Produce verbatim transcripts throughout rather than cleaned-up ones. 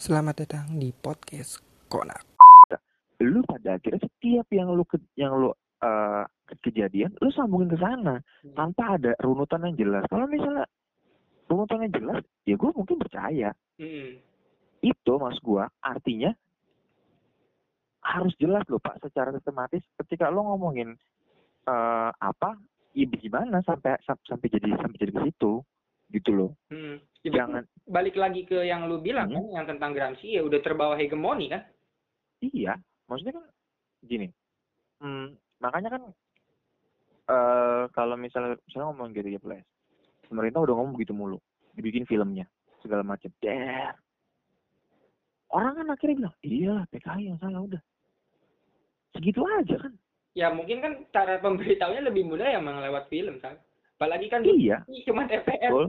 Selamat datang di podcast Konak. Lu pada akhirnya setiap yang lu ke, yang lu uh, kejadian lu sambungin ke sana hmm. tanpa ada runutan yang jelas. Kalau misalnya runutannya jelas, ya gue mungkin percaya. Hmm. Itu mas gue artinya harus jelas loh Pak secara sistematis ketika lo ngomongin uh, apa, ya gimana sampai sampai jadi sampai jadi ke situ gitu loh. Hmm. Ya, jangan balik lagi ke yang lu bilang hmm. kan yang tentang Gramsci ya udah terbawa hegemoni kan? Iya, maksudnya kan gini. Hmm, makanya kan uh, kalau misalnya misalnya ngomong G tiga puluh S, pemerintah udah ngomong gitu mulu, dibikin filmnya segala macam. Der. Orang kan akhirnya bilang, iya P K I yang salah udah. Segitu aja kan. Ya mungkin kan cara pemberitahunya lebih mudah ya memang lewat film kan. Apalagi kan iya. cuma D P R. Betul.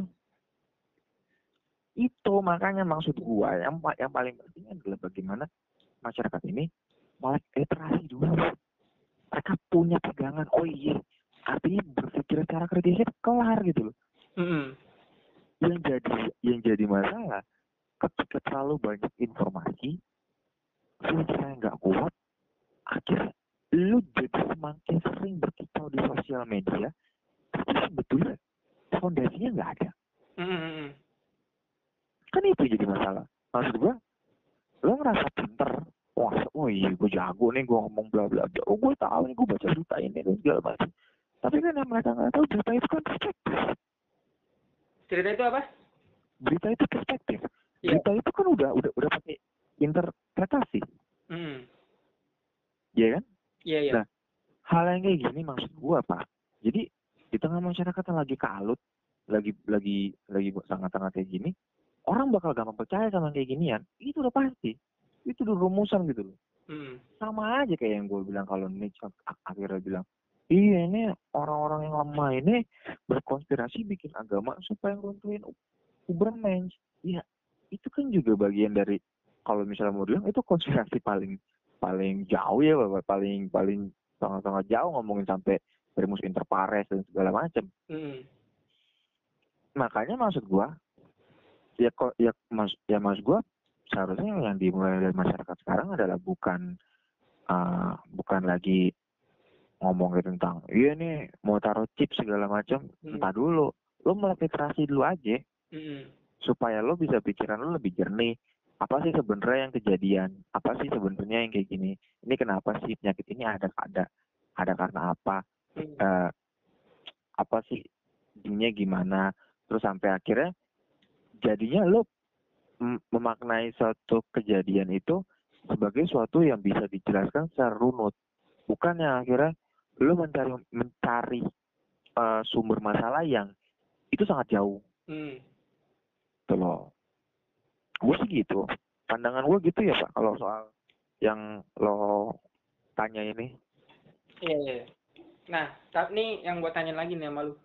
Itu makanya maksud gua yang yang paling penting adalah bagaimana masyarakat ini melek literasi dulu. Mereka punya pegangan, oh iya, artinya berpikir secara kritisnya kelar gitu loh. Mm-hmm. Yang jadi yang jadi masalah ketika terlalu banyak informasi, filternya nggak kuat, akhirnya lu jadi semakin sering berkicau di sosial media, tapi sebetulnya fondasinya nggak ada. Mm-hmm. Kan itu jadi masalah. Maksud gua, lo ngerasa pinter, wah, oh iya gue jago nih, gue ngomong bla bla bla, oh gue tahu nih, gue baca berita ini dan segala macam. Tapi kan yang mereka nggak tahu berita itu kan perspektif. Cerita itu apa? Berita itu perspektif. Yeah. Berita itu kan udah udah udah pakai interpretasi. Hmm. Iya kan? Iya yeah, iya. Yeah. Nah, hal yang kayak gini maksud gue Pak. Jadi di tengah masyarakat yang lagi kalut, lagi lagi lagi sangat-sangat kayak gini, orang bakal gampang percaya sama kayak ginian. Itu udah pasti. Itu udah rumusan gitu loh. Hmm. Sama aja kayak yang gue bilang kalau Nietzsche akhirnya bilang, iya ini orang-orang yang lemah ini berkonspirasi bikin agama supaya ngeruntuhin Ubermensch. Ya itu kan juga bagian dari, kalau misalnya mau bilang itu konspirasi paling paling jauh ya Bapak, paling paling sangat-sangat jauh ngomongin sampai primus inter pares dan segala macam. Hmm. Makanya maksud gue, ya kok ya mas ya mas gue seharusnya yang dimulai dari masyarakat sekarang adalah bukan uh, bukan lagi ngomongin tentang iya nih mau taruh chip segala macam. Hmm. Entah dulu, lo melek literasi dulu aja. Hmm. Supaya lo bisa pikiran lo lebih jernih. Apa sih sebenarnya yang kejadian? Apa sih sebenarnya yang kayak gini? Ini kenapa sih penyakit ini ada ada ada karena apa? Hmm. Uh, apa sih ininya gimana? Terus sampai akhirnya jadinya lo memaknai suatu kejadian itu sebagai suatu yang bisa dijelaskan secara runut, bukan yang akhirnya lo mencari mencari uh, sumber masalah yang itu sangat jauh. Hmm. Itu loh. Gue sih gitu. Pandangan gue gitu ya Pak kalau soal yang lo tanya ini. Iya, iya. Nah, tapi nih yang gue tanya lagi nih sama lu.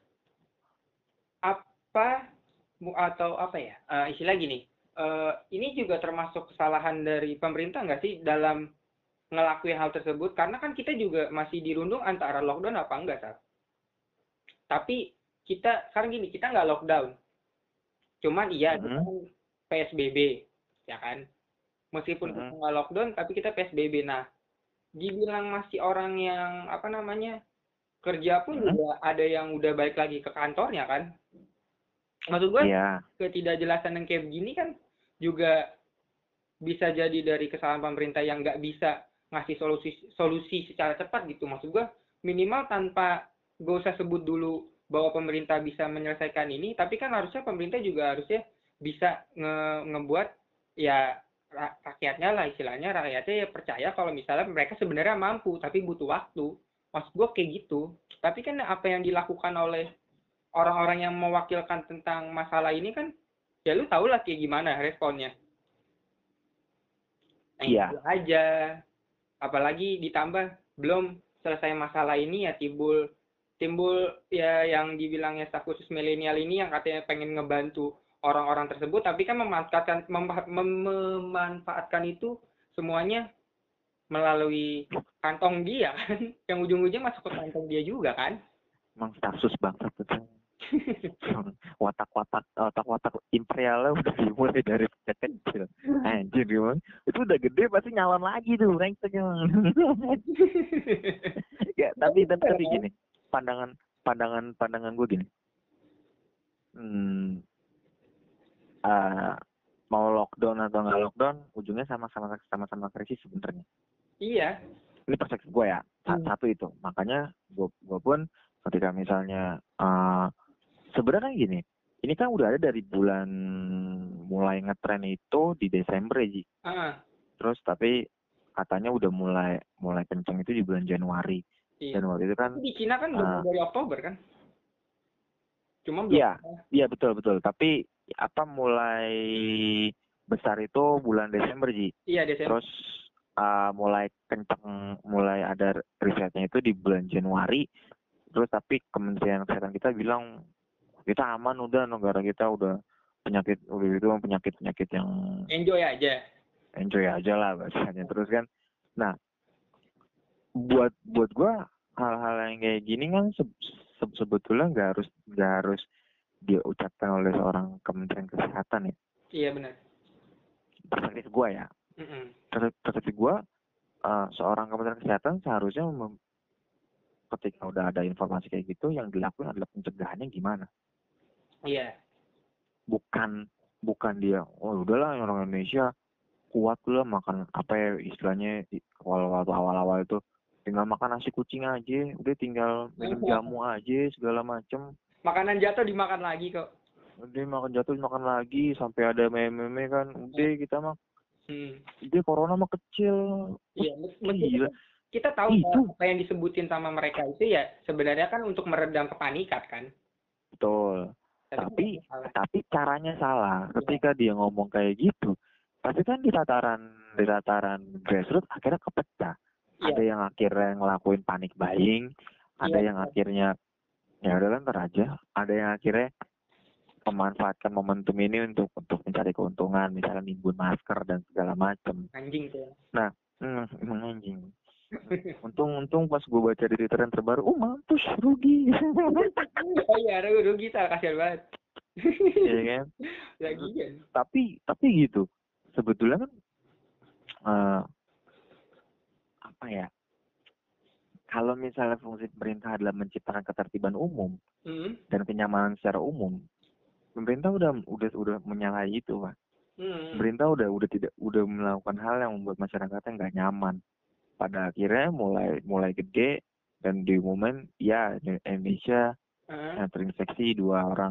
Apa atau apa ya uh, istilah gini uh, ini juga termasuk kesalahan dari pemerintah nggak sih dalam ngelakuin hal tersebut, karena kan kita juga masih dirundung antara lockdown apa enggak Sar. Tapi kita sekarang gini, kita nggak lockdown, cuman iya mm-hmm. kita P S B B ya kan, meskipun mm-hmm. kita nggak lockdown tapi kita P S B B. Nah dibilang masih orang yang apa namanya kerja pun mm-hmm. juga ada yang udah balik lagi ke kantornya kan. Maksud gue, yeah. ketidakjelasan yang kayak begini kan juga bisa jadi dari kesalahan pemerintah yang nggak bisa ngasih solusi solusi secara cepat gitu. Maksud gue, minimal tanpa gak usah sebut dulu bahwa pemerintah bisa menyelesaikan ini, tapi kan harusnya pemerintah juga harusnya bisa nge ngebuat ya rakyatnya lah, istilahnya rakyatnya ya percaya kalau misalnya mereka sebenarnya mampu, tapi butuh waktu. Maksud gue kayak gitu. Tapi kan apa yang dilakukan oleh orang-orang yang mewakilkan tentang masalah ini kan, ya lu tau lah kayak gimana responnya. Nah, yeah. Itu aja. Apalagi ditambah belum selesai masalah ini ya timbul timbul ya yang dibilangnya staf khusus milenial ini yang katanya pengen ngebantu orang-orang tersebut, tapi kan memanfaatkan mem, mem, memanfaatkan itu semuanya melalui kantong dia kan, yang ujung-ujungnya masuk ke kantong dia juga kan. Emang staf sus banget betul. watak-watak watak-watak imperialnya udah dimulai dari kecil. anjir gimana? Itu udah gede pasti nyalon lagi tuh brengsek emang. Ya, tapi tapi tapi gini, pandangan pandangan pandangan gue gini. Hmm, uh, mau lockdown atau nggak lockdown, ujungnya sama-sama sama-sama krisis sebenarnya. Iya. Ini perspektif gue ya, Hmm. satu itu. Makanya gue gue pun ketika misalnya uh, sebenarnya kan gini, ini kan udah ada dari bulan mulai ngetren itu di Desember ya, Ji. Ah, Terus tapi katanya udah mulai mulai kenceng itu di bulan Januari. iya. Januari itu kan Di Cina kan udah uh, dari Oktober kan? Cuma belum. iya, iya betul betul. Tapi apa mulai besar itu bulan Desember, Ji. Iya, Desember. Terus uh, mulai kenceng, mulai ada risetnya itu di bulan Januari. Terus tapi Kementerian Kesehatan kita bilang kita aman udah, negara kita udah penyakit udah itu penyakit penyakit yang Enjoy aja. enjoy aja lah bahasanya. Terus kan, nah buat buat gua hal-hal yang kayak gini kan se- se- sebetulnya nggak harus nggak harus diucapkan oleh seorang Kementerian Kesehatan ya. Iya benar. Perspektif gua ya. Mm-mm. Perspektif gua uh, seorang Kementerian Kesehatan seharusnya mem- ketika udah ada informasi kayak gitu yang dilakukan adalah pencegahannya gimana. Iya. Bukan bukan dia oh udahlah orang Indonesia kuat lah makan apa ya istilahnya kalau waktu awal-awal itu tinggal makan nasi kucing aja, udah tinggal minum jamu aja segala macem. Makanan jatuh dimakan lagi kok. Udah makan jatuh makan lagi sampai ada meme-meme kan, udah kita mah, Hmm. udah corona mah kecil. Iya, Gila. kita tahu Itu. apa yang disebutin sama mereka itu ya sebenarnya kan untuk meredam kepanikan kan. Betul. Tapi Tapi tapi caranya salah. Ketika dia ngomong kayak gitu, pasti kan di tataran di tataran grassroots akhirnya kepecah. Iya. Ada yang akhirnya ngelakuin panic buying, ada Iya. yang akhirnya ya udah ntar aja, ada yang akhirnya memanfaatkan momentum ini untuk untuk mencari keuntungan, misalnya nimbun masker dan segala macam. Anjing tuh. Nah, hmm, emang anjing. Untung-untung pas gue baca di Twitter yang terbaru, oh mampus rugi. Oh iya, rugi tak kasihan banget. Iya kan? Lagi kan. Tapi tapi gitu. Sebetulnya kan uh, apa ya? Kalau misalnya fungsi pemerintah adalah menciptakan ketertiban umum hmm. dan kenyamanan secara umum, pemerintah udah udah udah menyalahi itu, Pak. Hmm. Pemerintah udah udah tidak udah melakukan hal yang membuat masyarakatnya nggak nyaman. Pada akhirnya mulai mulai gede dan diumumin ya Indonesia Uh-huh. yang terinfeksi dua orang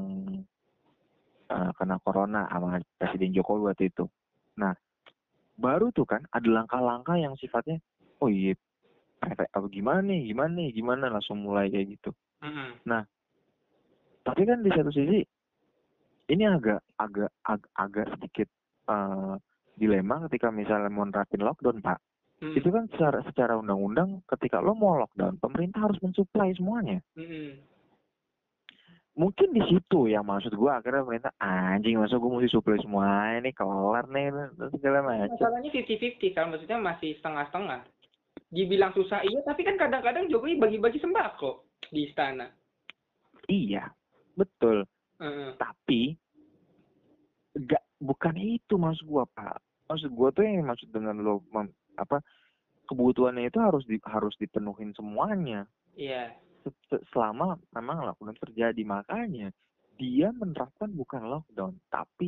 uh, kena corona sama Presiden Jokowi waktu itu. Nah, baru tuh kan ada langkah-langkah yang sifatnya oh iya efek apa gimana nih gimana nih gimana langsung mulai kayak gitu. Uh-huh. Nah, tapi kan di satu sisi ini agak agak ag, agak sedikit uh, dilema ketika misalnya mau nerapin lockdown, Pak. Hmm. Itu kan secara secara undang-undang ketika lo mau lockdown, pemerintah harus mensuplai semuanya. Hmm. Mungkin di situ yang maksud gua akhirnya pemerintah anjing masa gua mesti suplai semua ini kelar nih segala macam. Masalahnya fifty fifty kan, maksudnya masih setengah-setengah. Dibilang susah iya, tapi kan kadang-kadang Jokowi bagi-bagi sembako di istana. Iya, betul. Uh-huh. Tapi enggak bukan itu maksud gua, Pak. Maksud gua tuh yang maksud dengan lo mem, apa kebutuhannya itu harus di, harus dipenuhin semuanya. Iya. Yeah. Selama memang lockdown terjadi, makanya dia menerapkan bukan lockdown tapi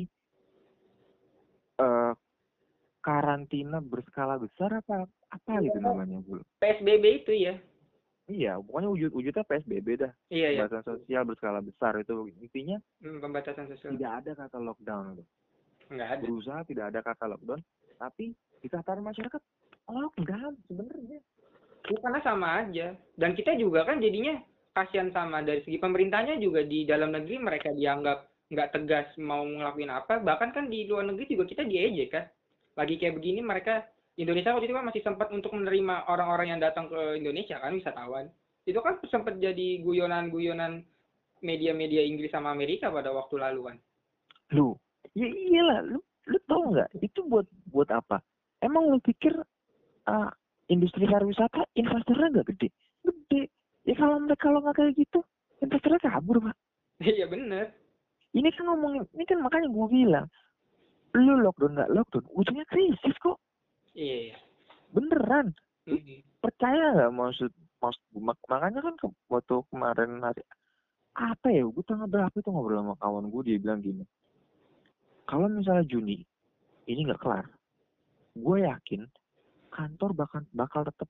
uh, karantina berskala besar apa apa ya, gitu namanya Bu? P S B B itu ya. Iya, pokoknya wujud-wujudnya P S B B dah. Iya, iya. Pembatasan sosial berskala besar itu intinya. Hmm, pembatasan sosial. Tidak ada kata lockdown itu. Enggak ada. Berusaha tidak ada kata lockdown, tapi di tataran masyarakat lockdown sebenarnya. Karena sama aja. Dan kita juga kan jadinya kasihan sama dari segi pemerintahnya juga di dalam negeri mereka dianggap nggak tegas mau ngelakuin apa. Bahkan kan di luar negeri juga kita diejek kan. Lagi kayak begini mereka Indonesia waktu itu kan masih sempat untuk menerima orang-orang yang datang ke Indonesia kan wisatawan. Itu kan sempat jadi guyonan-guyonan media-media Inggris sama Amerika pada waktu lalu kan. Lu, ya iyalah, lu lu tau nggak itu buat buat apa? Emang lu pikir uh, industri pariwisata investornya nggak gede? Gede. Ya kalau mereka kalau nggak kayak gitu, investornya kabur, Pak. Iya bener. Ini kan ngomongin, ini kan makanya gue bilang, lu lockdown nggak lockdown, ujungnya krisis kok. Iya. Beneran. Mm-mm. Percaya nggak maksud maksud mak- makanya kan ke, waktu kemarin hari apa ya, gue tanggal berapa itu ngobrol sama kawan gue, dia bilang gini, kalau misalnya Juni ini nggak kelar, gue yakin kantor bakal bakal tetap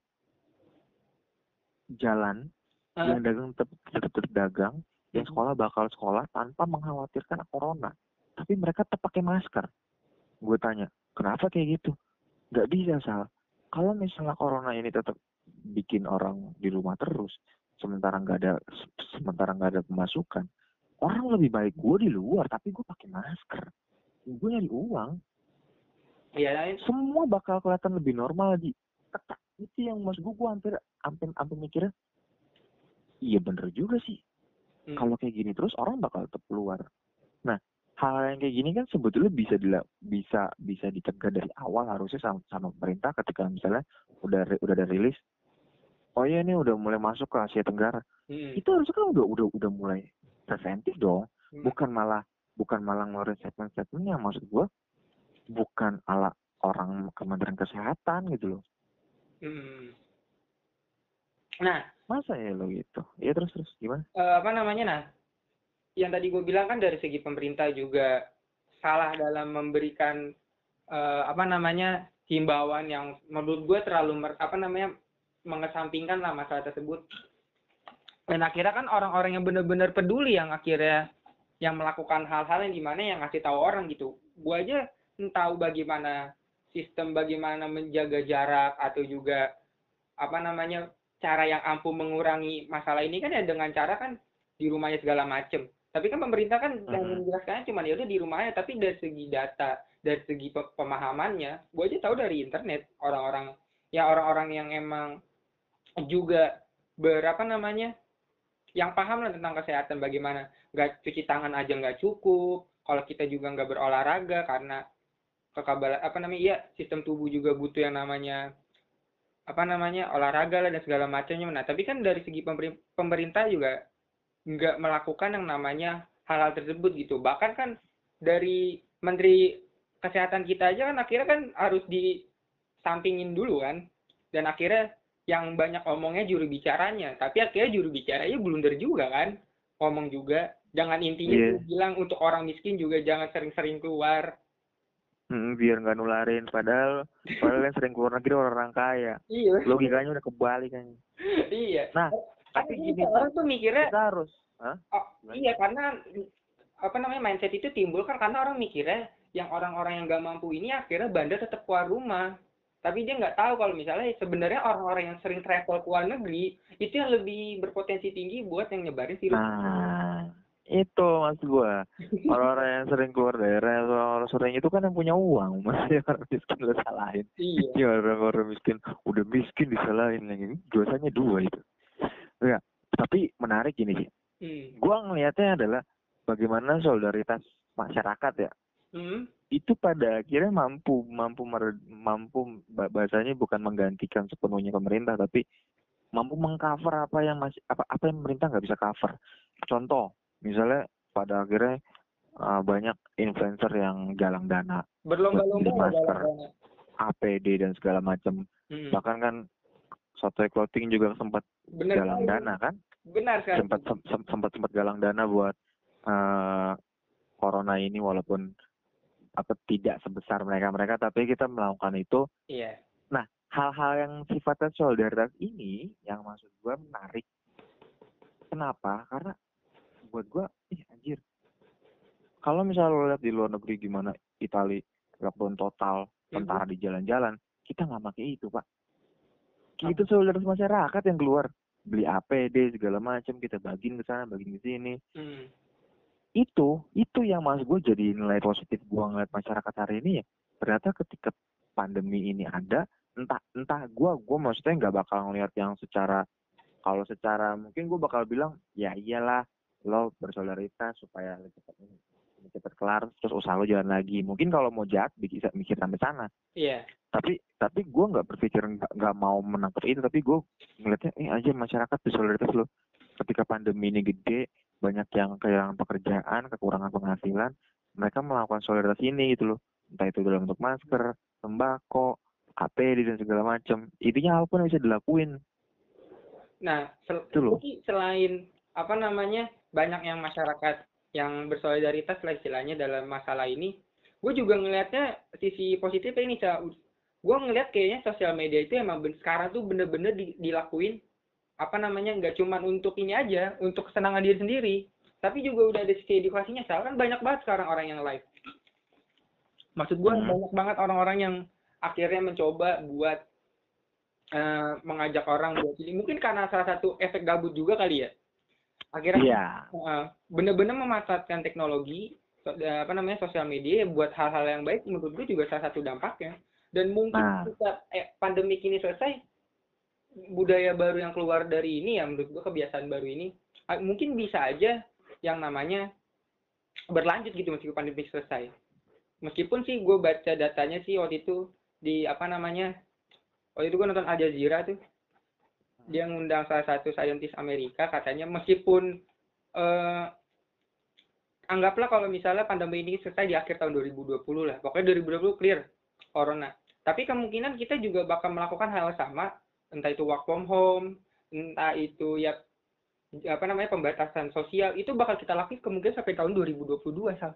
jalan, Ah, yang dagang tetap tetap, tetap dagang, yang Mhm. sekolah bakal sekolah tanpa mengkhawatirkan corona, tapi mereka tetap pakai masker. Gue tanya, kenapa kayak gitu? Nggak bisa, Sal. Kalau misalnya corona ini tetap bikin orang di rumah terus, sementara nggak ada sementara nggak ada pemasukan, orang lebih baik gue di luar tapi gue pakai masker, gue nyari uang, Iya, itu. semua bakal kelihatan lebih normal di Ketak. Itu yang maksud gue, gue hampir hampir hampir mikirnya iya bener juga sih, Hmm. kalau kayak gini terus orang bakal tetap keluar. Nah, hal yang kayak gini kan sebetulnya bisa dila, bisa bisa dicegah dari awal harusnya sama, sama pemerintah ketika misalnya udah udah ada rilis, oh iya ini udah mulai masuk ke Asia Tenggara. Hmm. Itu harusnya kan udah udah udah mulai preventif dong, Hmm. bukan malah bukan malah ngeluarin statement-statement yang maksud gue bukan ala orang Kementerian Kesehatan gitu loh. Hmm. Nah, Masa ya lo gitu? Ya terus terus gimana? eh, apa namanya nah? Yang tadi gue bilang kan dari segi pemerintah juga salah dalam memberikan eh, apa namanya himbauan yang menurut gue terlalu mer- apa namanya mengesampingkan lah masalah tersebut. Dan akhirnya kan orang-orang yang benar-benar peduli yang akhirnya yang melakukan hal-hal yang dimana yang ngasih tahu orang gitu. Gue aja tahu bagaimana sistem bagaimana menjaga jarak atau juga apa namanya cara yang ampuh mengurangi masalah ini kan ya dengan cara kan di rumahnya segala macem. Tapi kan pemerintah kan yang Mm-hmm. menjelaskannya cuma ya udah di rumahnya, tapi dari segi data, dari segi pe- pemahamannya, gue aja tahu dari internet orang-orang ya orang-orang yang emang juga berapa namanya yang paham lah tentang kesehatan bagaimana nggak cuci tangan aja nggak cukup, kalau kita juga nggak berolahraga karena kekebalan apa namanya iya sistem tubuh juga butuh yang namanya apa namanya olahraga lah dan segala macamnya. Nah tapi kan dari segi pemer- pemerintah juga nggak melakukan yang namanya hal-hal tersebut gitu. Bahkan kan dari Menteri Kesehatan kita aja kan akhirnya kan harus disampingin dulu kan. Dan akhirnya yang banyak omongnya juru bicaranya. Tapi akhirnya juru bicaranya blunder juga kan. Ngomong juga. Jangan intinya Iya. dia bilang untuk orang miskin juga jangan sering-sering keluar. Mm, biar nggak nularin. Padahal padahal yang sering keluar negeri orang kaya. Iya. Logikanya udah kebalik kan. Iya. Nah, Kan tapi ini gini orang tuh tuh mikirnya kita harus, hah? oh, iya karena apa namanya mindset itu timbul kan karena orang mikirnya yang orang-orang yang nggak mampu ini akhirnya bandar tetap keluar rumah, tapi dia nggak tahu kalau misalnya sebenarnya orang-orang yang sering travel ke luar negeri itu yang lebih berpotensi tinggi buat yang nyebarin virus. Nah, itu maksud gua. Orang-orang yang sering keluar daerah, orang-orang sering itu kan yang punya uang. Masih orang miskin lo salahin. Iya. Ini orang-orang miskin udah miskin disalahin lagi. Dosanya dua itu. Ya, tapi menarik gini sih. Hmm. Gua ngelihatnya adalah bagaimana solidaritas masyarakat ya. Hmm. Itu pada akhirnya mampu mampu mer- mampu bahasanya bukan menggantikan sepenuhnya pemerintah, tapi mampu mengcover apa yang masih apa apa yang pemerintah nggak bisa cover. Contoh, misalnya pada akhirnya uh, banyak influencer yang galang dana Berlomba-lomba beli lah masker, dalam dana. A P D dan segala macam. Hmm. Bahkan kan Sotoy Clothing juga sempat Benar galang sekali. dana kan? Benar sekali. Sempat sem- sempat sempat galang dana buat uh, corona ini, walaupun apa tidak sebesar mereka-mereka, tapi kita melakukan itu. Iya. Nah, hal-hal yang sifatnya solidaritas ini yang maksud gue menarik. Kenapa? Karena buat gue, ih anjir. Kalau misalnya lo lihat di luar negeri gimana Itali lockdown total, tentara di jalan-jalan, kita nggak pakai itu pak. Itu solidaritas masyarakat yang keluar, beli A P D segala macam, kita bagiin ke sana, bagiin ke sini. Hmm. Itu, itu yang maksud gue jadi nilai positif gue ngeliat masyarakat hari ini ya. Ternyata ketika pandemi ini ada, entah entah gue gue maksudnya nggak bakal ngeliat yang secara, kalau secara mungkin gue bakal bilang ya iyalah lo bersolidaritas supaya cepat cepat kelar terus usaha lo jalan lagi. Mungkin kalau mau jahat bisa mikir sampai sana. Iya. Tapi tapi gue nggak berpikir nggak nggak mau menangkap itu, tapi gue ngeliatnya eh aja masyarakat bersolidaritas lo. Ketika pandemi ini gede, banyak yang kehilangan pekerjaan, kekurangan penghasilan, mereka melakukan solidaritas ini gitu loh. entah itu dalam bentuk masker, sembako, A P D dan segala macam. Intinya apapun yang bisa dilakuin. Nah, sel- Itu loh. mungkin selain apa namanya banyak yang masyarakat yang bersolidaritas lah istilahnya dalam masalah ini, gue juga ngelihatnya sisi positifnya ini, Ca. Gue ngelihat kayaknya sosial media itu emang ben- sekarang tuh bener-bener di- dilakuin apa namanya nggak cuman untuk ini aja, untuk kesenangan diri sendiri, tapi juga udah ada sisi edukasinya. Soalnya kan banyak banget sekarang orang yang live. Maksud gue Hmm. banyak banget orang-orang yang akhirnya mencoba buat eh, mengajak orang buat ini. Mungkin karena salah satu efek gabut juga kali ya. Akhirnya Iya. eh, bener-bener memanfaatkan teknologi so- eh, apa namanya sosial media buat hal-hal yang baik. Menurut gue juga salah satu dampaknya. Dan mungkin Nah, ketika eh, pandemi ini selesai, budaya baru yang keluar dari ini ya menurut gue kebiasaan baru ini ah, mungkin bisa aja yang namanya berlanjut gitu meskipun pandemi selesai. Meskipun sih gue baca datanya sih waktu itu di apa namanya waktu itu gue nonton Al Jazeera tuh, dia ngundang salah satu saintis Amerika, katanya meskipun eh, anggaplah kalau misalnya pandemi ini selesai di akhir tahun dua ribu dua puluh lah, pokoknya dua ribu dua puluh clear corona, tapi kemungkinan kita juga bakal melakukan hal yang sama, entah itu work from home, entah itu ya apa namanya pembatasan sosial, itu bakal kita lakukan kemungkinan sampai tahun dua ribu dua puluh dua, Sal.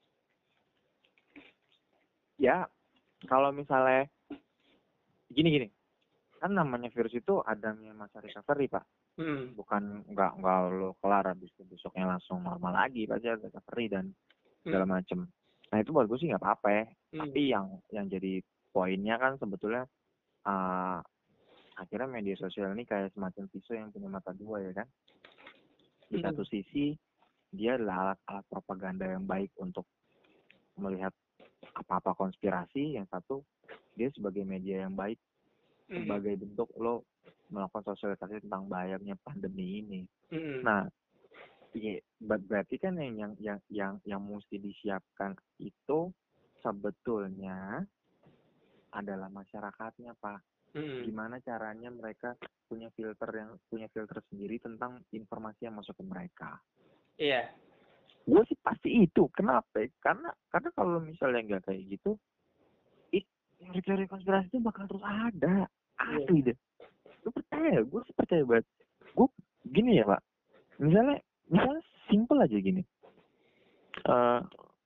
ya kalau misalnya gini-gini, kan namanya virus itu adanya masa recovery, Pak. Hmm. Bukan nggak nggak lo kelar habis itu besoknya langsung normal lagi, pasti ada recovery dan segala Hmm. macem. Nah itu buat gue sih nggak apa-apa ya. Hmm. Tapi yang yang jadi poinnya kan sebetulnya uh, akhirnya media sosial ini kayak semacam pisau yang punya mata dua ya kan. Di Hmm. satu sisi dia adalah alat-alat propaganda yang baik untuk melihat apa-apa konspirasi, yang satu dia sebagai media yang baik Hmm. sebagai bentuk lo melakukan sosialisasi tentang bahayanya pandemi ini. Hmm. Nah, iya, ber- berarti kan yang yang yang yang yang mesti disiapkan itu sebetulnya adalah masyarakatnya, Pak. Hmm. Gimana caranya mereka punya filter yang punya filter sendiri tentang informasi yang masuk ke mereka. Iya. Gue sih pasti itu. Kenapa? Karena karena kalau misalnya nggak kayak gitu, it, teori-teori konspirasi itu bakal terus ada. Asli deh. Gue percaya, gue sih percaya banget. Gue gini ya, Pak. Misalnya, misalnya simple aja gini. Uh,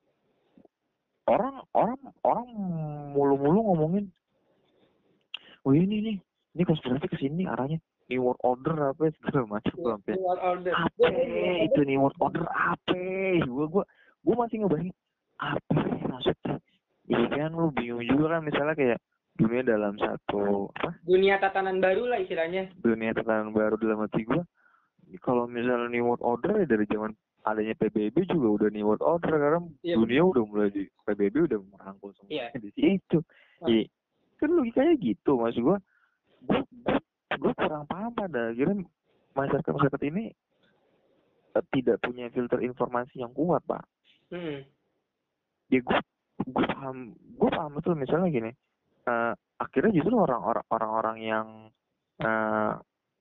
orang orang orang mulu-mulu ngomongin, oh ini nih, ini konspirasi kesini arahnya New World Order apa segala macam New sampai World Order. apa itu New World Order apa? Gue gue gue masih ngebayangin apa maksudnya? Iya kan lu bingung juga kan misalnya kayak dunia dalam satu apa? Dunia tatanan baru lah istilahnya. Dunia tatanan baru dalam hati gue. Kalau misalnya New World Order ya dari zaman adanya P B B juga udah New World Order karena Iya, dunia udah mulai di P B B udah merangkul semua Iya. di situ. Ah. Iya. Kan logikanya gitu maksud gue. Gue gue kurang paham pada akhirnya masyarakat masyarakat ini eh, tidak punya filter informasi yang kuat, Pak. Hmm. Ya gue gue paham gue paham betul misalnya gini. Uh, akhirnya justru orang-orang orang-orang yang uh,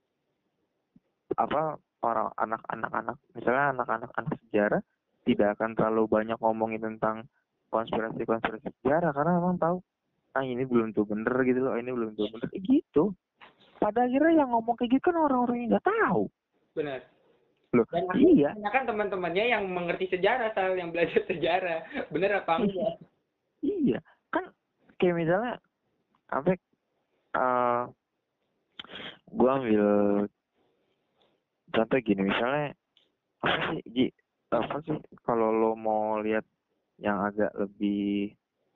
apa orang anak-anak anak misalnya anak-anak anak sejarah tidak akan terlalu banyak ngomongin tentang konspirasi-konspirasi sejarah karena memang tahu ah ini belum tuh bener gitu loh, ini belum tuh bener eh, gitu. Pada akhirnya yang ngomong kayak gitu kan orang-orang yang nggak tahu. Benar. Loh, Dan iya. kan teman-temannya yang mengerti sejarah, Sal, yang belajar sejarah. Bener apa enggak? Iya, kan kayak misalnya apa uh, gue ambil contoh gini misalnya apa sih Ji, apa sih kalau lo mau lihat yang agak lebih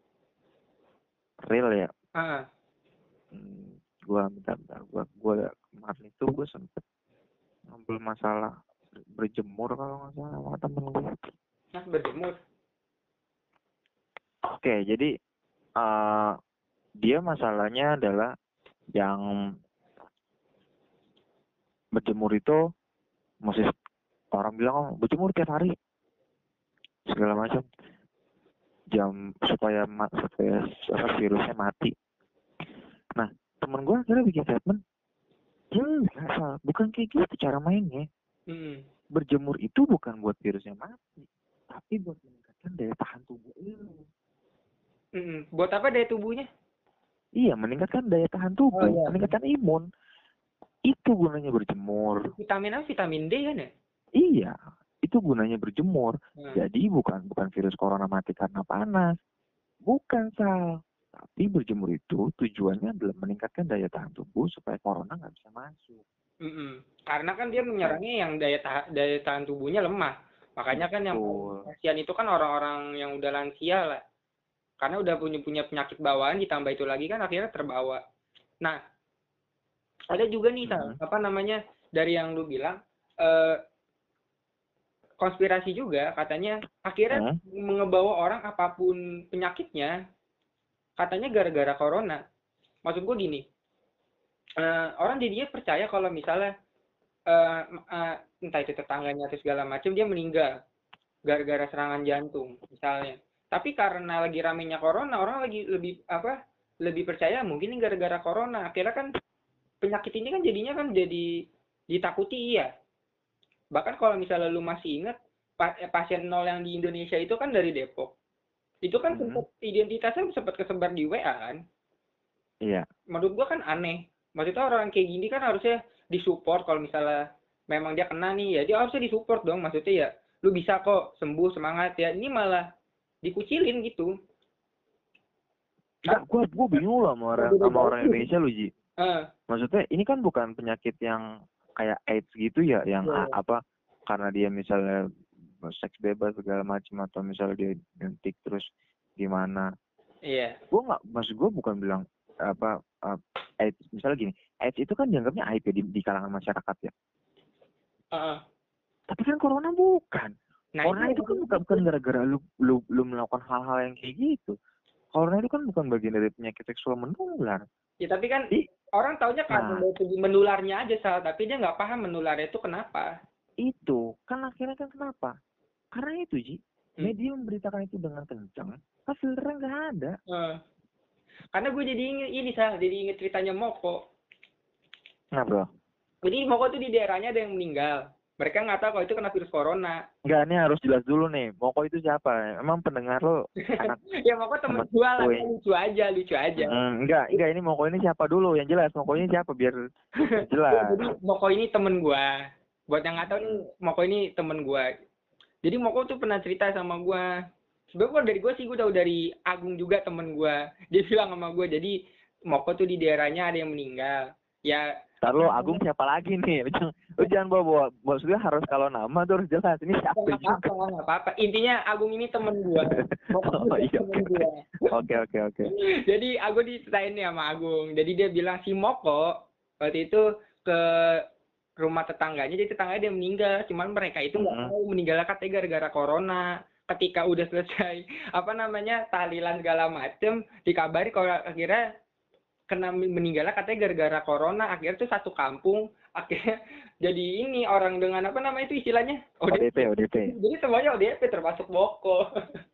real ya. Ah. Hmm, gua bentar bentar gua gua kemarin itu gua sempet ngambil masalah berjemur kalau nggak salah sama temen gue. Nah, berjemur. Oke, jadi uh, dia masalahnya adalah yang berjemur itu masih orang bilang oh, berjemur tiap hari segala macam jam supaya supaya apa, virusnya mati. Nah temen gue akhirnya bikin statement, hmm salah, bukan kayak gitu cara mainnya. Hmm. Berjemur itu bukan buat virusnya mati, tapi buat meningkatkan daya tahan tubuh lu. Mm-mm. Buat apa daya tubuhnya? Iya, meningkatkan daya tahan tubuh, Oh, iya. meningkatkan imun. Itu gunanya berjemur. Vitamin apa? Vitamin D kan ya? Iya, itu gunanya berjemur. Hmm. Jadi bukan bukan virus corona mati karena panas. Bukan, Sal. Tapi berjemur itu tujuannya adalah meningkatkan daya tahan tubuh supaya corona nggak bisa masuk. Mm-mm. Karena kan dia menyerangnya yang daya tahan daya tahan tubuhnya lemah. Makanya kan yang Betul. kasihan itu kan orang-orang yang udah lansia lah. Karena udah punya punya penyakit bawaan, ditambah itu lagi kan akhirnya terbawa. Nah, ada juga nih Sal, Mhm. apa namanya dari yang lu bilang eh, konspirasi juga katanya akhirnya Hmm? mengebawa orang apapun penyakitnya katanya gara-gara corona. Maksud gue gini, eh, orang jadinya percaya kalau misalnya eh, eh, entah itu tetangganya atau segala macam dia meninggal gara-gara serangan jantung misalnya. Tapi karena lagi ramenya corona, orang lagi lebih apa? Lebih percaya mungkin ini gara-gara corona. Akhirnya kan penyakit ini kan jadinya kan jadi ditakuti iya. Bahkan kalau misalnya lu masih ingat pa- eh, pasien nol yang di Indonesia itu kan dari Depok. Itu kan Mhm. sempat identitasnya sempat kesebar di W A kan. Iya. Menurut gua kan aneh. Maksudnya orang kayak gini kan harusnya disupport kalau misalnya memang dia kena nih ya dia harusnya disupport dong. Maksudnya ya lu bisa kok sembuh semangat ya. Ini malah dikucilin gitu. Enggak, gua gua bingung loh sama orang Beda sama jauh orang tuh. Indonesia lu, Ji. Eh, Maksudnya ini kan bukan penyakit yang kayak AIDS gitu ya, yang Iya, a- iya. apa karena dia misalnya seks bebas segala macam atau misalnya dia identik terus gimana. Iya. Gua nggak, maksud gua bukan bilang apa uh, AIDS misalnya gini, AIDS itu kan dianggapnya aib ya di, di kalangan masyarakat ya. Heeh. Tapi kan corona bukan. Nah itu Corona itu kan bukan bukan gara-gara lu lu lu melakukan hal-hal yang kayak gitu. Corona itu kan bukan bagian dari penyakit seksual menular. ya tapi kan Jadi, orang taunya karena nah, dari segi menularnya aja Sal, tapi dia nggak paham menularnya itu kenapa. itu kan akhirnya kan kenapa? Karena itu, Ji. Hmm. Media memberitakan itu dengan kencang, kan filternya nggak ada. Eh. Karena gue jadi inget ini Sal, jadi inget ceritanya Moko. Nah, bro. Jadi Moko tuh di daerahnya ada yang meninggal. Mereka nggak tahu kalau itu kena virus corona. Nggak, ini harus jelas dulu nih. Moko itu siapa? Emang pendengar lo anak Ya Moko temen temen gue lah, gue? dia lucu aja, lucu aja. Mm, enggak, enggak, ini Moko ini siapa dulu? Yang jelas, Moko ini siapa biar jelas. Jadi Moko ini temen gue. Buat yang nggak tahu nih, Moko ini temen gue. Jadi Moko tuh pernah cerita sama gue. Sebenarnya dari gue sih gue tahu dari Agung juga temen gue. Dia bilang sama gue, jadi Moko tuh di daerahnya ada yang meninggal. Ya. Ntar lo Agung siapa lagi nih? Lu jangan, lu jangan bawa-bawa. Maksudnya harus kalau nama tuh harus jelas. Ini siapa Nggak juga? apa-apa, nggak apa-apa. Intinya Agung ini temen gue. Moko Oh iya, temen oke, gue. oke, oke, oke. Jadi aku diceritain nih sama Agung. Jadi dia bilang si Moko waktu itu ke rumah tetangganya, jadi tetangganya dia meninggal. Cuman mereka itu nggak Mhm. tahu meninggalnya katanya gara-gara corona. Ketika udah selesai apa namanya tahlilan segala macem, dikabari kalau akhirnya kena meninggalnya katanya gara-gara corona. Akhirnya tuh satu kampung akhirnya jadi ini orang dengan apa namanya itu istilahnya O D P, O D P. Jadi semuanya O D P termasuk Moko.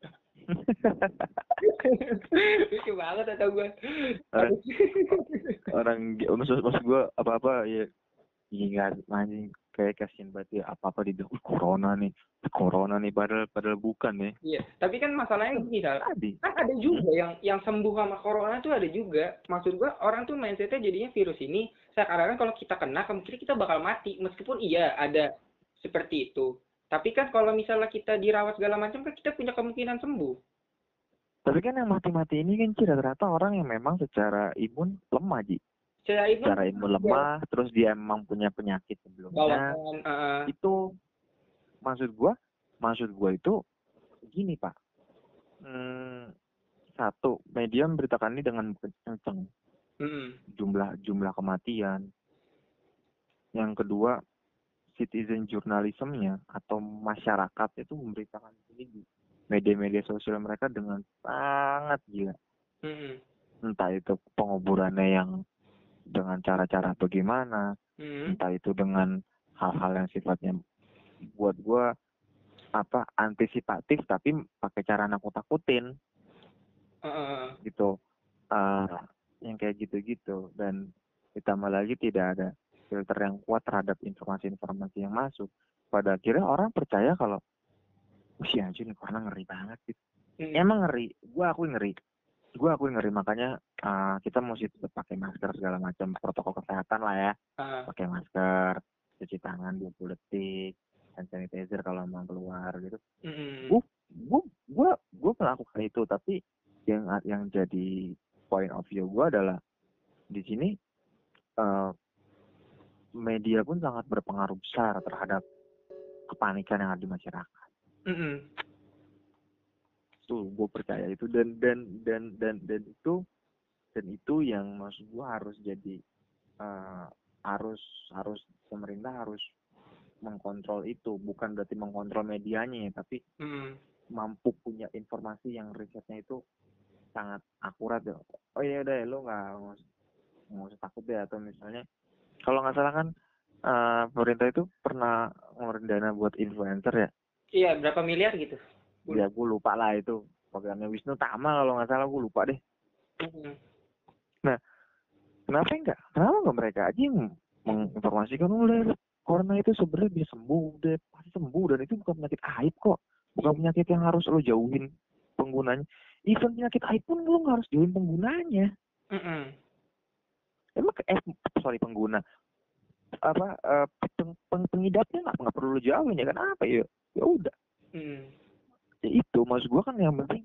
Lucu banget atau gue. orang orang maksud maksud gue apa apa ya ingat anjing kayak kasihan banget ya apa apa dibilang "Uh, corona nih corona nih padahal padahal bukan ya Iya, tapi kan masalahnya gini, Sal. tadi Kan ada juga yang yang sembuh sama corona tuh ada juga. Maksud gua orang tuh mindsetnya jadinya virus ini seakan-akan kalau kita kena kemungkinan kita bakal mati. Meskipun iya ada seperti itu. Tapi kan kalau misalnya kita dirawat segala macam kan kita punya kemungkinan sembuh. tapi kan yang mati-mati ini kan sih rata-rata orang yang memang secara imun lemah Ji Secara itu secara imun lemah terus dia memang punya penyakit sebelumnya bawaan uh, itu maksud gua maksud gua itu gini Pak hmm, satu media memberitakan ini dengan kenceng mm, jumlah jumlah kematian yang kedua citizen journalism-nya atau masyarakat itu memberitakan ini di media-media sosial mereka dengan sangat gila. mm, Entah itu penguburannya yang dengan cara-cara bagaimana, mm, entah itu dengan hal-hal yang sifatnya buat gua apa antisipatif tapi pakai cara nakut-nakutin uh, gitu. Uh, yang kayak gitu-gitu dan ditambah lagi tidak ada filter yang kuat terhadap informasi-informasi yang masuk. Pada akhirnya orang percaya kalau, wih anjir nih corona ngeri banget gitu. mm, Emang ngeri, gue aku ngeri. gue aku ngeri, makanya uh, kita mesti tetap pakai masker segala macam protokol kesehatan lah ya. Ah, Pakai masker, cuci tangan dua puluh detik, hand sanitizer kalau mau keluar gitu. mm, Gue gue gue gue melakukan itu, tapi yang yang jadi point of view gue adalah di sini uh, media pun sangat berpengaruh besar terhadap kepanikan yang ada di masyarakat. mm, Tuh gue percaya itu, dan dan dan dan dan itu dan itu yang maksud gue harus jadi uh, harus harus pemerintah harus mengkontrol itu, bukan berarti mengkontrol medianya ya, tapi mm. mampu punya informasi yang risetnya itu sangat akurat ya. Oh iya udah, lo nggak nggak usah takut deh, atau misalnya kalau nggak salah kan uh, pemerintah itu pernah ngeluarin dana buat influencer ya. Iya, berapa miliar gitu? Ya gue lupa lah itu, programnya Wisnu Tama kalau nggak salah, gue lupa deh. Mm, Nah, kenapa enggak? Kenapa nggak mereka aja yang menginformasikan, udah corona itu sebenarnya bisa sembuh, udah pasti sembuh, dan itu bukan penyakit aib kok, bukan penyakit yang harus lo jauhin penggunanya. Even penyakit aib pun lo nggak harus jauhin penggunanya. mm, Emang eh sorry pengguna apa uh, peng, peng, pengidapnya nggak nggak perlu lo jauhin ya kan, apa ya ya udah. mm. Ya itu maksud gua kan, yang penting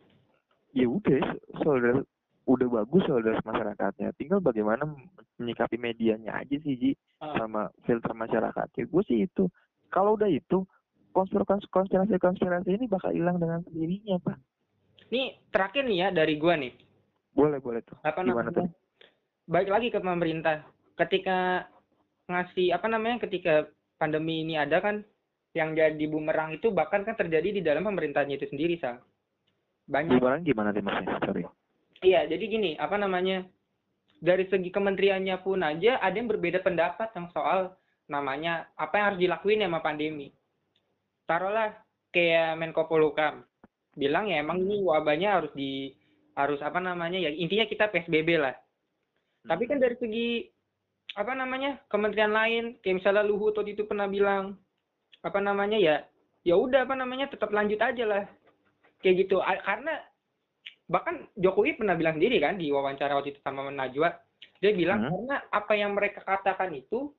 ya udah saudara, udah bagus saudara masyarakatnya, tinggal bagaimana menyikapi medianya aja sih Ji, Ah. sama filter masyarakatnya. Gue sih itu, kalau udah itu konspirasi konspirasi konspirasi ini bakal hilang dengan sendirinya Pak. Nih terakhir nih ya dari gua nih. Boleh boleh tuh. Apa Gimana namanya? tadi? Baik lagi ke pemerintah. Ketika ngasih apa namanya? Ketika pandemi ini ada kan, yang jadi bumerang itu bahkan kan terjadi di dalam pemerintahnya itu sendiri, Sal. Banyak. Bumerang gimana sih maksudnya? Sorry. Iya, jadi gini, apa namanya? Dari segi kementeriannya pun aja ada yang berbeda pendapat yang soal namanya apa yang harus dilakuin sama pandemi. Taruhlah kayak Menko Polhukam bilang ya emang ini wabahnya harus di harus apa namanya ya intinya kita P S B B lah. Tapi kan dari segi apa namanya kementerian lain kayak misalnya Luhut waktu itu pernah bilang apa namanya ya ya udah apa namanya tetap lanjut aja lah kayak gitu. A- karena bahkan Jokowi pernah bilang sendiri kan di wawancara waktu itu sama Najwa, dia bilang Hmm. karena apa yang mereka katakan itu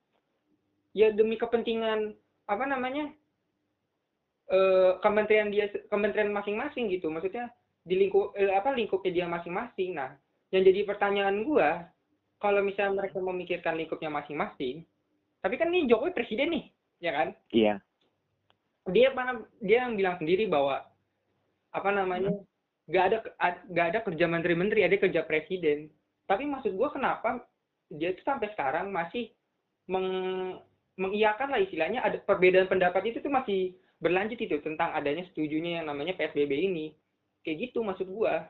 ya demi kepentingan apa namanya eh, kementerian dia kementerian masing-masing gitu, maksudnya di lingkup eh, apa lingkupnya dia masing-masing. Nah yang jadi pertanyaan gua, kalau misalnya mereka memikirkan lingkupnya masing-masing, tapi kan ini Jokowi presiden nih ya kan, Iya. dia mana dia yang bilang sendiri bahwa apa namanya nggak ada nggak ada kerja menteri-menteri, ada kerja presiden. Tapi maksud gua kenapa dia tuh sampai sekarang masih meng mengiyakan lah istilahnya, ada perbedaan pendapat itu tuh masih berlanjut itu tentang adanya setujunya yang namanya P S B B ini. Kayak gitu maksud gua.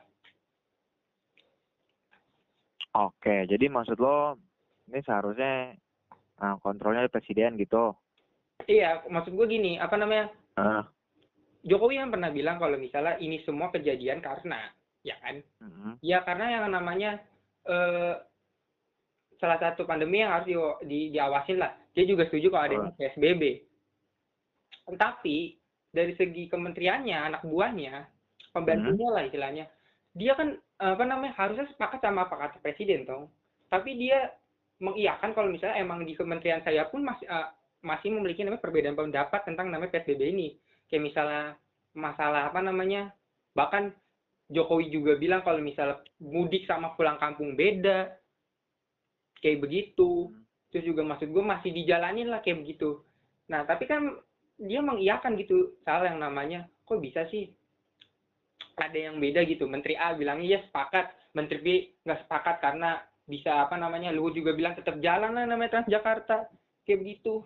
Oke, jadi maksud lo ini seharusnya uh, kontrolnya dari presiden gitu. Iya, maksud gua gini, apa namanya? Uh. Jokowi yang pernah bilang kalau misalnya ini semua kejadian karena, ya kan? Mm-hmm. Ya karena yang namanya eh, salah satu pandemi yang harus di, di, diawasin lah. Dia juga setuju kalau adanya P S B B. Tapi dari segi kementeriannya, anak buahnya, pembantunya lah istilahnya, dia kan apa namanya harusnya sepakat sama apa kata presiden dong. Tapi dia mengiyakan kalau misalnya emang di kementerian saya pun masih uh, masih memiliki namanya perbedaan pendapat tentang namanya P S B B ini. Kayak misalnya masalah apa namanya, bahkan Jokowi juga bilang kalau misalnya mudik sama pulang kampung beda, kayak begitu. Terus juga maksud gue masih dijalanin lah kayak begitu. Nah tapi kan dia mengiyakan gitu, salah yang namanya kok bisa sih ada yang beda gitu. Menteri A bilangnya ya sepakat, Menteri B nggak sepakat karena bisa apa namanya, Luhut juga bilang tetap jalan lah namanya Transjakarta, kayak begitu.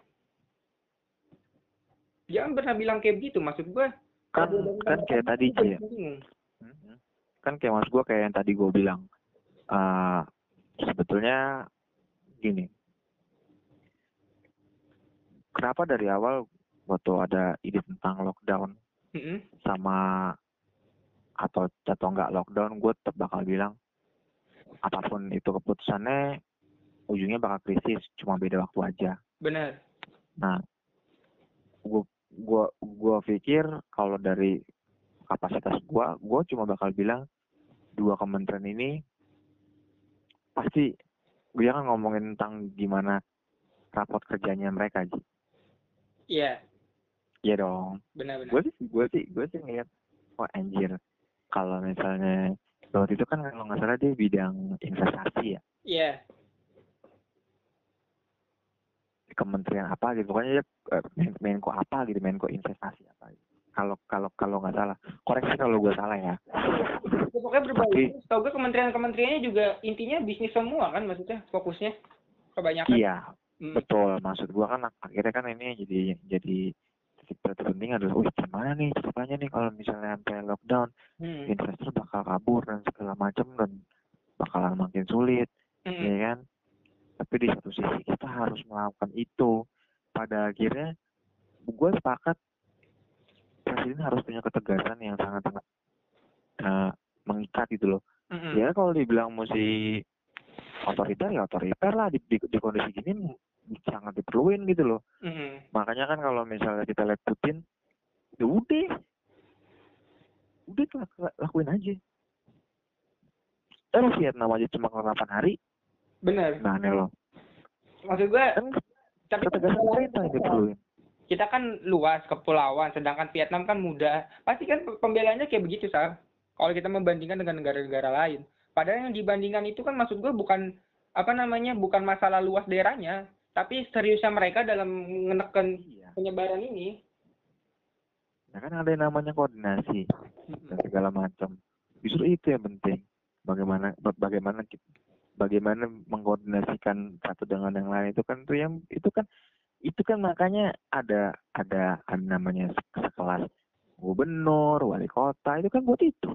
Jangan pernah bilang kayak begitu, maksud gue kan kan kayak tadi Ci, kan kayak maksud gue kayak yang tadi gue bilang, uh, sebetulnya gini, kenapa dari awal waktu ada ide tentang lockdown mm-hmm. sama atau atau enggak lockdown, gue tetap bakal bilang apapun itu keputusannya ujungnya bakal krisis, cuma beda waktu aja. Benar. Nah, gue gue gue pikir kalau dari kapasitas gue, gue cuma bakal bilang dua kementerian ini pasti dia kan ngomongin tentang gimana rapot kerjanya mereka, Ji. Iya, Iya dong. benar-benar. Gue sih, gue sih, gue sih ngeliat, wah anjir, kalau misalnya waktu itu kan kalau nggak salah dia bidang investasi ya, Iya, di kementerian apa gitu, pokoknya dia eh, men- Menko apa gitu, Menko investasi apa gitu. Kalau kalau kalau nggak salah, koreksi kalau gue salah ya. ya, pokoknya Tapi berbagai. Tahu gue kementerian-kementeriannya juga intinya bisnis semua kan, maksudnya fokusnya kebanyakan. iya, Hmm. betul. Maksud gua kan akhirnya kan ini jadi jadi titik terpenting adalah, wih gimana nih ceritanya nih kalau misalnya sampai lockdown, Hmm. investor bakal kabur dan segala macam dan bakalan makin sulit, Hmm. ya kan? Tapi di satu sisi kita harus melakukan itu. Pada akhirnya, gua sepakat presiden harus punya ketegasan yang sangat-sangat uh, mengikat gitu loh. Hmm. Ya kalau dibilang mesti otoriter ya otoriter lah di, di, di kondisi gini sangat diperluin gitu loh. Hmm. Makanya kan kalau misalnya kita lihat Putin, ya udah, udah tuh lak- lakuin aja. Terus Vietnam aja cuma delapan hari, Bener. nah aneh loh. Maksud gue, Kan tapi kan ketegasan pemerintah yang diperluin. kita kan luas kepulauan, sedangkan Vietnam kan mudah. Pasti kan pembelaannya kayak begitu, Sar. Kalau kita membandingkan dengan negara-negara lain. Padahal yang dibandingkan itu kan maksud gue bukan apa namanya, bukan masalah luas daerahnya, tapi seriusnya mereka dalam menekan Iya. penyebaran ini. Ya kan ada yang namanya koordinasi dan segala macam. Justru itu yang penting. Bagaimana ba- bagaimana kita, bagaimana mengkoordinasikan satu dengan yang lain itu kan itu yang itu kan itu kan makanya ada ada ada namanya sekelas gubernur, wali kota itu kan buat itu.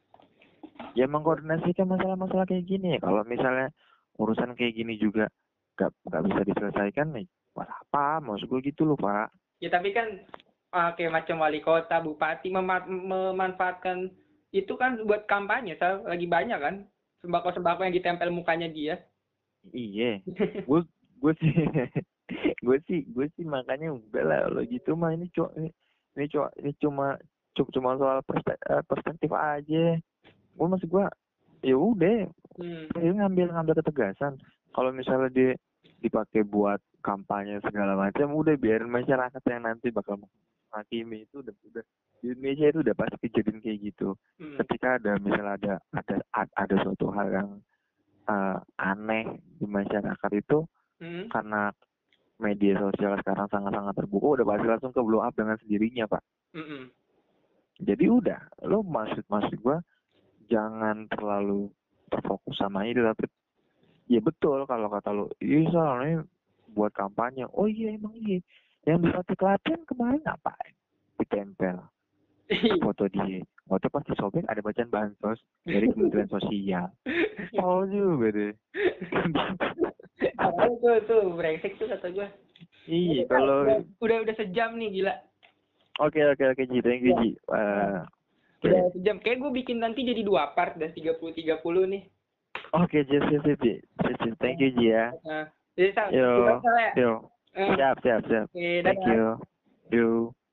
Ya mengkoordinasikan masalah-masalah kayak gini ya. Kalau misalnya urusan kayak gini juga gak, gak bisa diselesaikan nih, buat apa? Maksud gue gitu loh Pak. Ya tapi kan ah, kayak macam wali kota, bupati mema- memanfaatkan itu kan buat kampanye, Sar. Lagi banyak kan sembako-sembako yang ditempel mukanya dia. Iya, gue gue sih gue sih gue sih makanya udah lah kalau gitu mah ini cuma ini, ini cuma ini cuma cuma, cuma soal perspe- eh, perspektif aja. Gue maksud gue ya udah, Hmm. dia ngambil ngambil ketegasan. Kalau misalnya dia dipakai buat kampanye segala macam, udah biarin masyarakat yang nanti bakal menghakimi. Itu udah udah di Indonesia itu udah pasti kejadian kayak gitu. Hmm. Ketika ada misalnya ada ada ada suatu hal yang uh, aneh di masyarakat itu, Hmm. karena media sosial sekarang sangat-sangat terbuka, udah pasti langsung ke blow up dengan sendirinya Pak. Hmm. Jadi udah, lo maksud maksud gua jangan terlalu terfokus sama itu, tapi ya betul kalau kata lo, iya soalnya buat kampanye. Oh iya emang iya. Yang bisa pelatihan kemarin ngapain? Ditempel foto dia. Foto pas disobek ada bacaan bansos dari Kementerian Sosial. Oh juga deh. Awalnya tuh tuh brengsek tuh kata gue. Iya Udah, kalau udah, udah udah sejam nih gila. oke oke oke Ji, thank you Ji. Uh, Udah oke. sejam. Kayak gue bikin nanti jadi dua part dan tiga puluh tiga puluh nih. Oke, Ji, Ji, Ji, Ji. Ji, thank you Ji ya. Nah, jadi sa- Yo, kita salah ya. yo. Eh, Siap, siap, siap. Oke, Thank dadah. you. You.